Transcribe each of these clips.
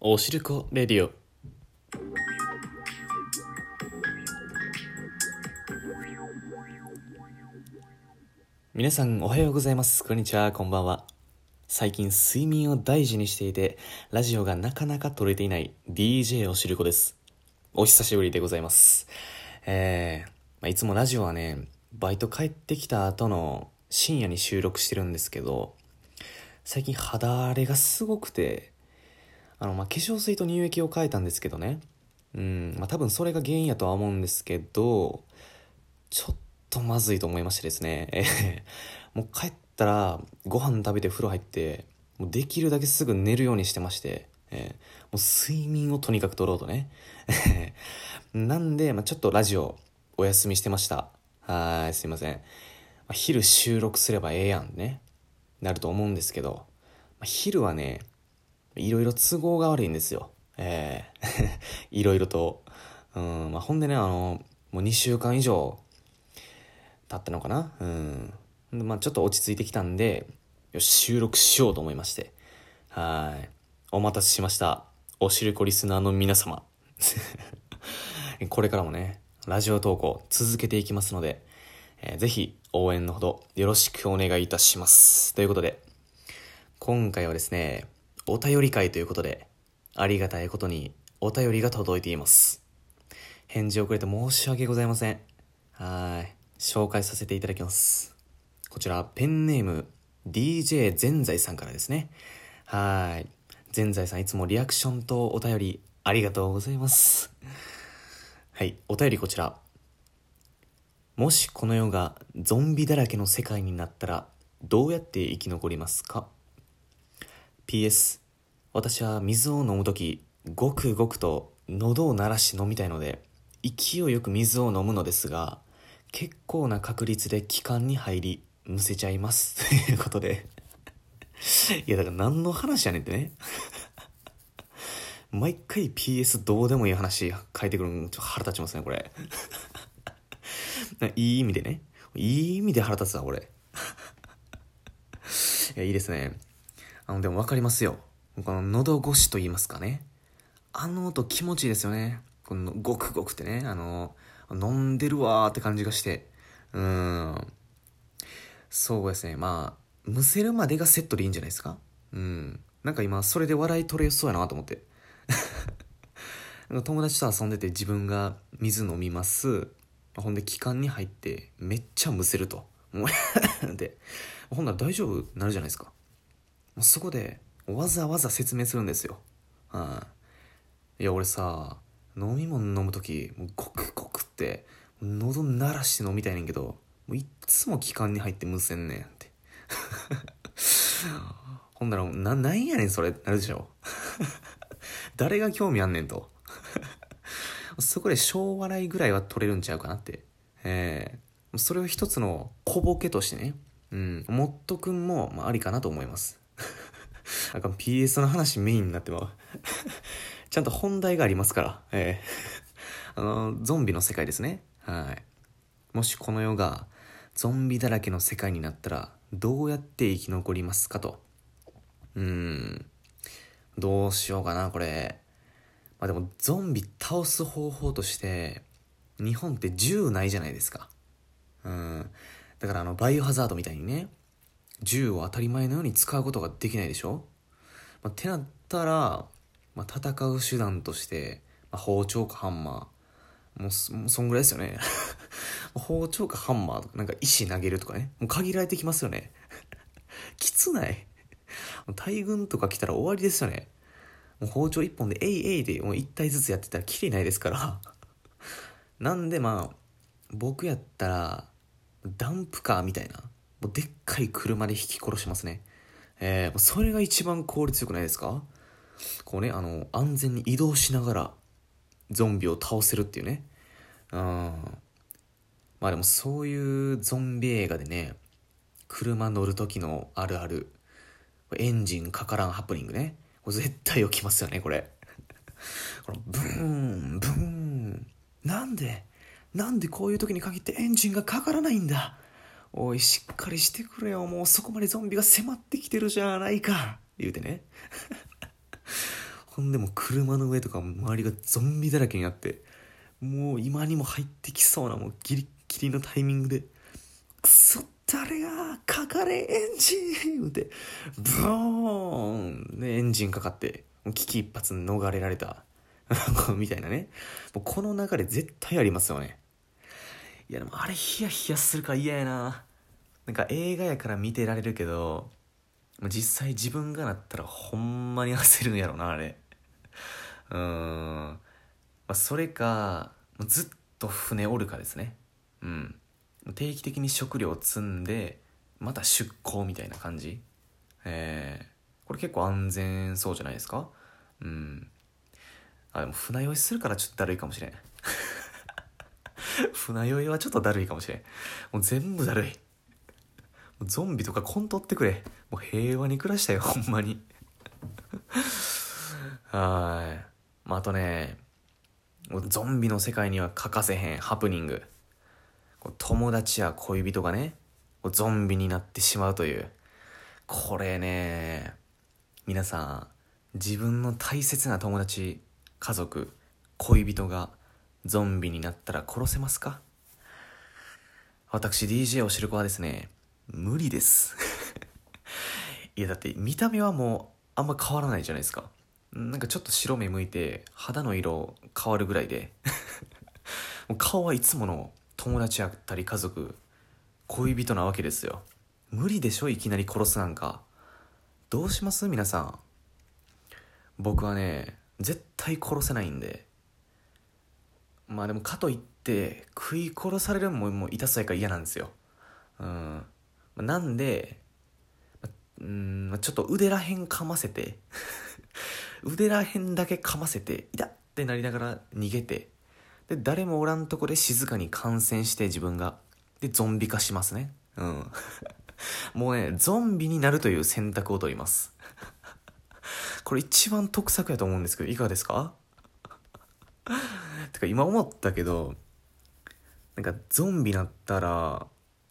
おしるこレディオ。皆さんおはようございます。こんにちは、こんばんは。最近睡眠を大事にしていてラジオがなかなか撮れていない DJ おしるこです。お久しぶりでございます。いつもラジオはね、バイト帰ってきた後の深夜に収録してるんですけど、最近肌荒れがすごくて、化粧水と乳液を変えたんですけどね。多分それが原因やとは思うんですけど、ちょっとまずいと思いましてですね。もう帰ったらご飯食べて風呂入って、もうできるだけすぐ寝るようにしてまして、もう睡眠をとにかく取ろうとね。なんで、ちょっとラジオお休みしてました。すいません。昼収録すればええやんね。なると思うんですけど、昼はね、いろいろ都合が悪いんですよ。いろいろと。ほんでね、もう2週間以上経ったのかな。ちょっと落ち着いてきたんで、よし、収録しようと思いまして。お待たせしました。おしるこリスナーの皆様。これからもね、ラジオ投稿続けていきますので、ぜひ応援のほどよろしくお願いいたします。ということで、今回はですね、お便り会ということで、ありがたいことにお便りが届いています。返事遅れて申し訳ございません。紹介させていただきます。こちら、ペンネーム DJ 全財さんからですね。全財さん、いつもリアクションとお便りありがとうございます。はい、お便りこちら。もしこの世がゾンビだらけの世界になったらどうやって生き残りますか？ PS、 私は水を飲むときごくごくと喉を鳴らして飲みたいので勢いよく水を飲むのですが、結構な確率で気管に入りむせちゃいますということでいやだから何の話やねんってね毎回 PS どうでもいい話書いてくるのちょっと腹立ちますねこれいい意味でね、いい意味で腹立つわこれいやいいですね。でも分かりますよ、この喉越しと言いますかね、あの音気持ちいいですよね。このゴクゴクってね、飲んでるわーって感じがして、そうですね。むせるまでがセットでいいんじゃないですか。なんか今それで笑い取れそうやなと思って友達と遊んでて自分が水飲みます、ほんで気管に入ってめっちゃむせるとでほんなら大丈夫なるじゃないですか。そこでわざわざ説明するんですよ。いや俺さ、飲み物飲むときもうゴクゴクって喉鳴らして飲みたいねんけど、もういっつも気管に入ってむせんねんってほんならなんやねんそれってなるでしょ誰が興味あんねんとそこで小笑いぐらいは取れるんちゃうかなって。それを一つの小ボケとしてね、もっとくんも、ありかなと思いますPS の話メインになってまうちゃんと本題がありますから、ゾンビの世界ですね。もしこの世がゾンビだらけの世界になったらどうやって生き残りますかと。どうしようかなこれ。でもゾンビ倒す方法として日本って銃ないじゃないですか。だからバイオハザードみたいにね、銃を当たり前のように使うことができないでしょ。ってなったら、戦う手段として、包丁かハンマー、もうそんぐらいですよね包丁かハンマーとかなんか石投げるとかね、もう限られてきますよねきつない？大軍とか来たら終わりですよね。もう包丁一本でえいえいでもう一体ずつやってたらキリないですからなんで僕やったらダンプカーみたいなもうでっかい車で引き殺しますね。それが一番効率よくないですか？こうね、安全に移動しながらゾンビを倒せるっていうね。でもそういうゾンビ映画でね、車乗る時のあるある、エンジンかからんハプニングね、これ絶対起きますよねこれこのブーンブーン、なんでこういう時に限ってエンジンがかからないんだ、おいしっかりしてくれよ、もうそこまでゾンビが迫ってきてるじゃないか言うてねほんでもう車の上とか周りがゾンビだらけになって、もう今にも入ってきそうなもうギリッギリのタイミングで、くそ誰がかかれエンジンってブーンでエンジンかかって、危機一髪逃れられたみたいなね。もうこの流れ絶対ありますよね。いやでもあれヒヤヒヤするから嫌やな。なんか映画やから見てられるけど、実際自分がなったらほんまに焦るんやろなあれ。それかずっと船おるかですね。定期的に食料を積んでまた出港みたいな感じ。これ結構安全そうじゃないですか。でも船酔いするからちょっとだるいかもしれん船酔いはちょっとだるいかもしれん。もう全部だるい。もうゾンビとかこんとってくれ。もう平和に暮らしたよほんまにあとね、ゾンビの世界には欠かせへんハプニング。友達や恋人がねゾンビになってしまうという、これね、皆さん自分の大切な友達、家族、恋人がゾンビになったら殺せますか？私 DJ おしるこはですね、無理ですいやだって見た目はもうあんま変わらないじゃないですか。なんかちょっと白目向いて肌の色変わるぐらいでもう顔はいつもの友達やったり家族、恋人なわけですよ。無理でしょ、いきなり殺すなんか。どうします皆さん。僕はね絶対殺せないんで。でもかといって食い殺されるのもう痛そうやから嫌なんですよ。なんでちょっと腕らへんかませて腕らへんだけかませて痛ってなりながら逃げて、で誰もおらんとこで静かに感染して自分がでゾンビ化しますね。もうねゾンビになるという選択を取りますこれ一番得策やと思うんですけどいかがですか？てか今思ったけど、なんかゾンビなったら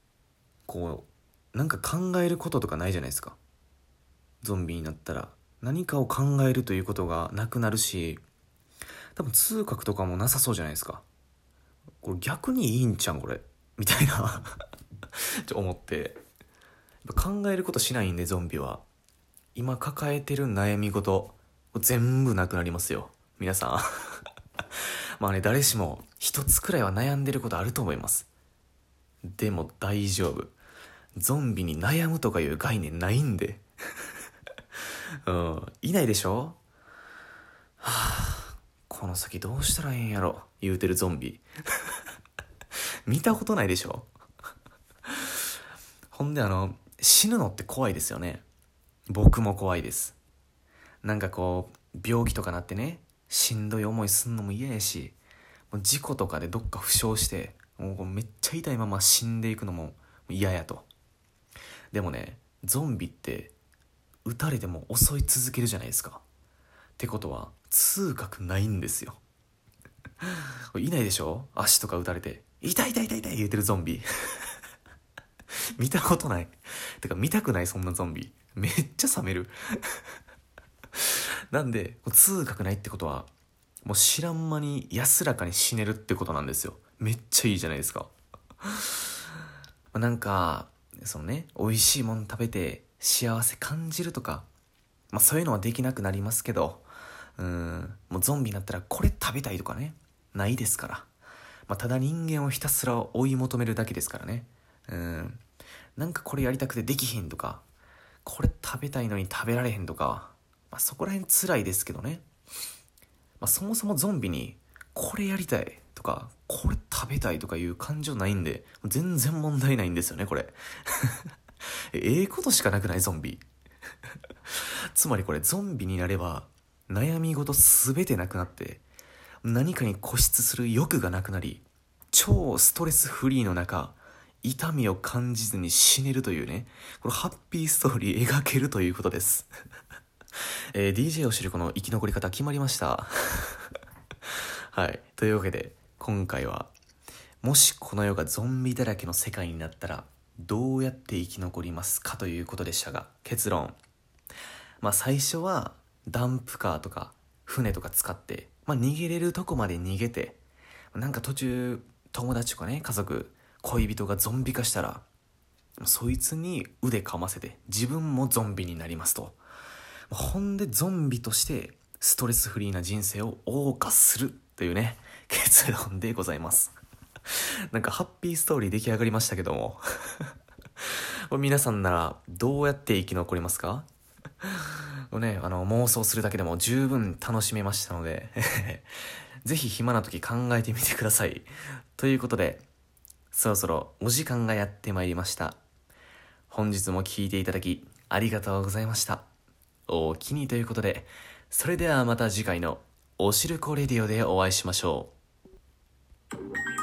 なんか考えることとかないじゃないですか。ゾンビになったら何かを考えるということがなくなるし、多分痛覚とかもなさそうじゃないですか。これ逆にいいんちゃんこれみたいな思って、考えることしないんでゾンビは今抱えてる悩み事全部なくなりますよ皆さん誰しも一つくらいは悩んでることあると思います。でも大丈夫、ゾンビに悩むとかいう概念ないんでいないでしょ。この先どうしたらええんやろ言うてるゾンビ見たことないでしょほんで死ぬのって怖いですよね。僕も怖いです。なんか病気とかなってね、しんどい思いすんのも嫌やし、もう事故とかでどっか負傷してもうめっちゃ痛いまま死んでいくのも嫌やと。でもねゾンビって撃たれても襲い続けるじゃないですか。ってことは痛覚ないんですよいないでしょ、足とか撃たれて痛い痛い痛い痛い言うてるゾンビ見たことない。てか見たくない、そんなゾンビめっちゃ冷めるなんで痛覚ないってことはもう知らん間に安らかに死ねるってことなんですよ。めっちゃいいじゃないですかなんかそのね美味しいもの食べて幸せ感じるとか、そういうのはできなくなりますけど、もうゾンビになったらこれ食べたいとかねないですから、ただ人間をひたすら追い求めるだけですからね。なんかこれやりたくてできひんとか、これ食べたいのに食べられへんとか、そこら辺辛いですけどね。そもそもゾンビにこれやりたいとかこれ食べたいとかいう感情ないんで全然問題ないんですよねこれええことしかなくないゾンビつまりこれゾンビになれば悩み事すべてなくなって何かに固執する欲がなくなり超ストレスフリーの中痛みを感じずに死ねるというね、これハッピーストーリー描けるということですDJ を知るこの生き残り方決まりましたはい、というわけで今回はもしこの世がゾンビだらけの世界になったらどうやって生き残りますかということでしたが、結論最初はダンプカーとか船とか使って、逃げれるとこまで逃げて、なんか途中友達とかね、家族、恋人がゾンビ化したら、そいつに腕かませて自分もゾンビになりますと。ほんでゾンビとしてストレスフリーな人生を謳歌するというね、結論でございます。なんかハッピーストーリー出来上がりましたけども皆さんならどうやって生き残りますか？ね、妄想するだけでも十分楽しめましたのでぜひ暇な時考えてみてください。ということで、そろそろお時間がやってまいりました。本日も聞いていただきありがとうございました。おおきにということで、それではまた次回のおしるこレディオでお会いしましょう。